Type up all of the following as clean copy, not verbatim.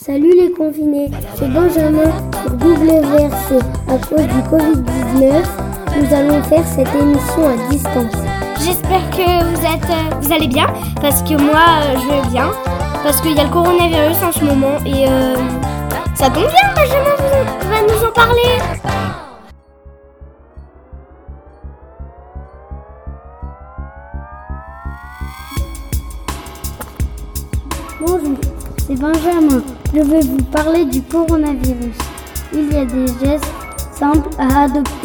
Salut les confinés, c'est Benjamin pour WRC. À cause du Covid-19, nous allons faire cette émission à distance. J'espère que vous allez bien, parce que moi je vais bien, parce qu'il y a le coronavirus en ce moment et ça tombe bien, Benjamin va nous en parler. Bonjour, c'est Benjamin. Je vais vous parler du coronavirus. Il y a des gestes simples à adopter.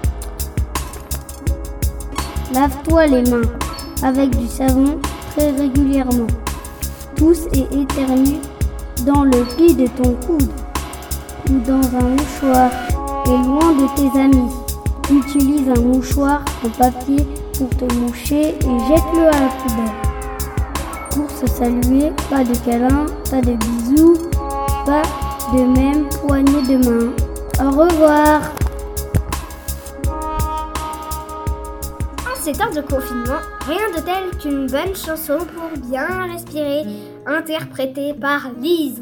Lave-toi les mains avec du savon très régulièrement. Tousse et éternue dans le pli de ton coude ou dans un mouchoir et loin de tes amis. Utilise un mouchoir en papier pour te moucher et jette-le à la poubelle. Pour se saluer, pas de câlin, pas de bisous, pas de même poignée de main. Au revoir. En ces temps de confinement, rien de tel qu'une bonne chanson pour bien respirer, interprétée par Lise.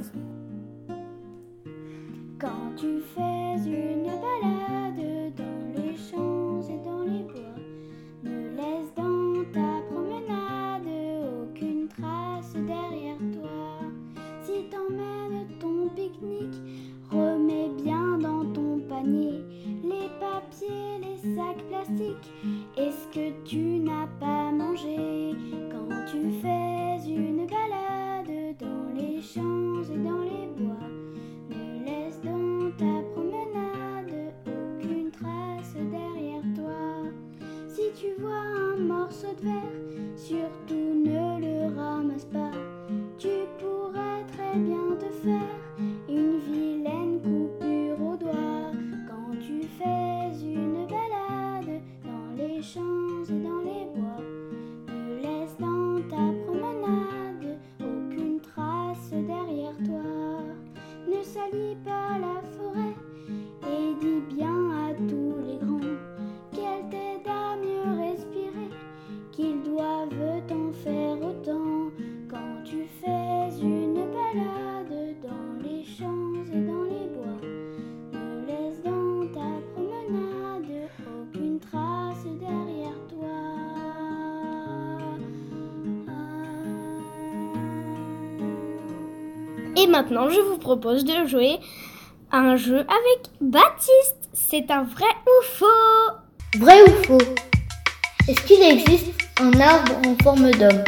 Quand tu fais une balade dans les champs et dans les bois, ne laisse dans ta promenade aucune trace derrière toi. Si t'emmènes ton pique-nique, remets bien dans ton panier les papiers, les sacs plastiques et ce que tu n'as pas mangé. Quand tu fais une balade dans les champs et dans les bois, ne laisse dans ta promenade aucune trace derrière toi. Si tu vois un morceau de verre, surtout ne le ramasse pas. Tu pourrais très bien te faire une vilaine coupure au doigt. Quand tu fais une balade dans les champs et dans les bois, ne laisse dans ta promenade aucune trace derrière toi. Ne salis pas la forêt et dis bien à tous les grands qu'elle t'aide à mieux respirer, qu'ils doivent t'en faire autant. Quand tu fais une balade dans les champs et dans les bois, ne laisse dans ta promenade aucune trace derrière toi. Et maintenant, je vous propose de jouer à un jeu avec Baptiste. C'est un vrai ou faux? Vrai ou faux? Est-ce qu'il existe un arbre en forme d'homme?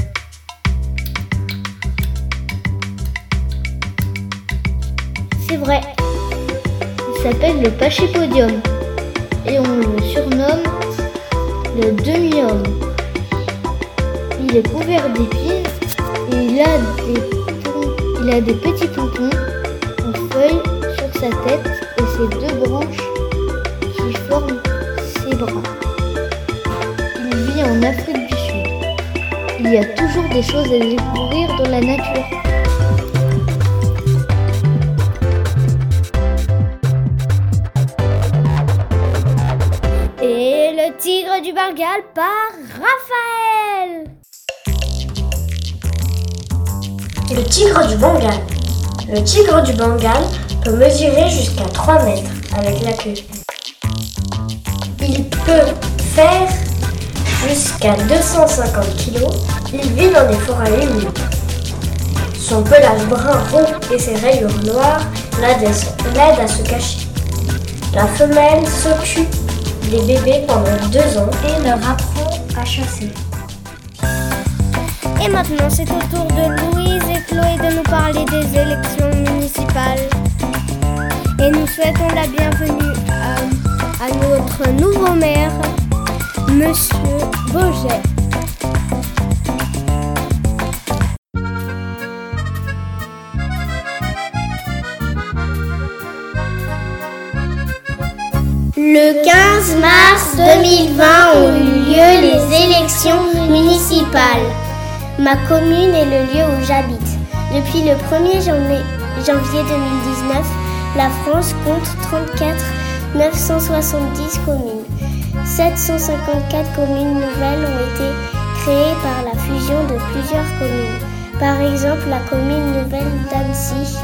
C'est vrai. Il s'appelle le pachypodium et on le surnomme le demi-homme. Il est couvert d'épines et il a des petits pompons en feuilles sur sa tête et ses deux branches qui forment ses bras. Il vit en Afrique du Sud. Il y a toujours des choses à découvrir dans la nature. Et le tigre du Bengale par Raphaël. Le tigre du Bengale. Le tigre du Bengale peut mesurer jusqu'à 3 mètres avec la queue. Il peut faire jusqu'à 250 kg. Il vit dans des forêts humides. Son pelage brun rond et ses rayures noires l'aident à se cacher. La femelle s'occupe des bébés pendant 2 ans et leur apprend à chasser. Et maintenant, c'est au tour de Louise et Chloé de nous parler des élections municipales. Et nous souhaitons la bienvenue à notre nouveau maire, Monsieur Boget. Le 15 mars 2020 ont eu lieu les élections municipales. Ma commune est le lieu où j'habite. Depuis le 1er janvier 2019, la France compte 34 970 communes. 754 communes nouvelles ont été créées par la fusion de plusieurs communes. Par exemple, la commune nouvelle d'Annecy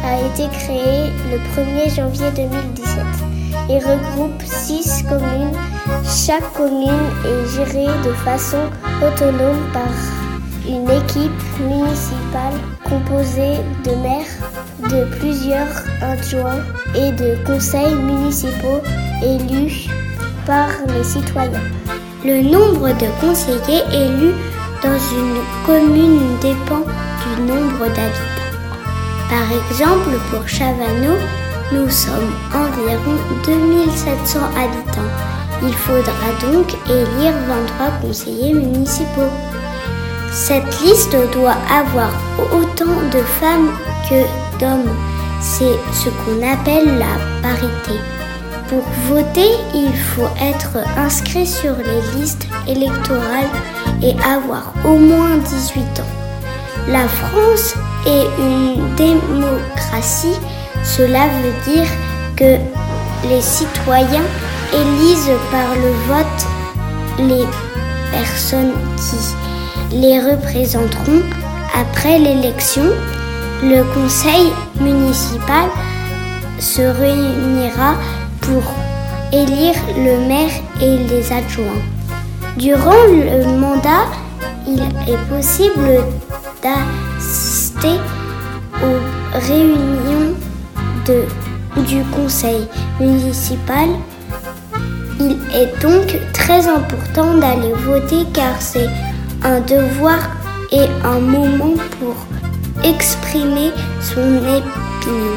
a été créé le 1er janvier 2017 et regroupe 6 communes. Chaque commune est gérée de façon autonome par une équipe municipale composée de maires, de plusieurs adjoints et de conseils municipaux élus par les citoyens. Le nombre de conseillers élus dans une commune dépend du nombre d'habitants. Par exemple, pour Chavanneau, nous sommes environ 2700 habitants. Il faudra donc élire 23 conseillers municipaux. Cette liste doit avoir autant de femmes que d'hommes. C'est ce qu'on appelle la parité. Pour voter, il faut être inscrit sur les listes électorales et avoir au moins 18 ans. La France est une démocratie. Cela veut dire que les citoyens élisent par le vote les personnes qui les représenteront après l'élection. Le conseil municipal se réunira pour élire le maire et les adjoints. Durant le mandat, il est possible d'assister aux réunions du conseil municipal. Il est donc très important d'aller voter car c'est un devoir et un moment pour exprimer son opinion.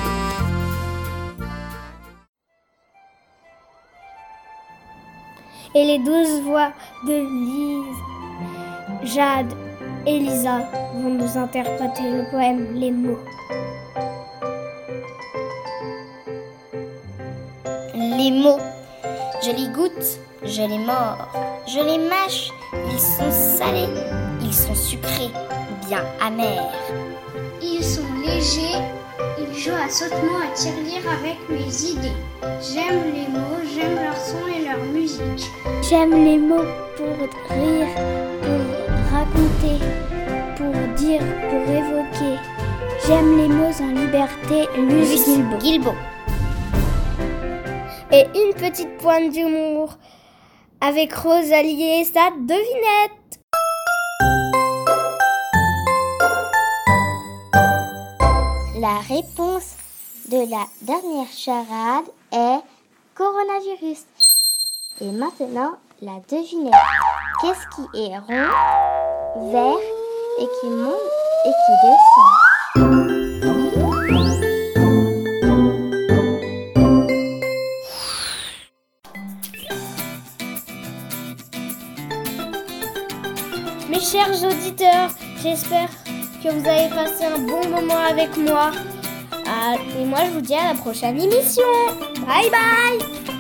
Et les 12 voix de Lise, Jade et Lisa vont nous interpréter le poème Les mots. Les mots, je les goûte, je les mords, je les mâche, ils sont salés, ils sont sucrés, bien amers. Ils sont légers, ils jouent à sautement à tirelire avec mes idées. J'aime les mots, j'aime leur son et leur musique. J'aime les mots pour rire, pour raconter, pour dire, pour évoquer. J'aime les mots en liberté. Luce Guilbeault. Et une petite pointe d'humour avec Rosalie et sa devinette. La réponse de la dernière charade est coronavirus. Et maintenant, la devinette. Qu'est-ce qui est rond, vert et qui monte et qui descend? Mes chers auditeurs, j'espère que vous avez passé un bon moment avec moi. Et moi, je vous dis à la prochaine émission. Bye bye!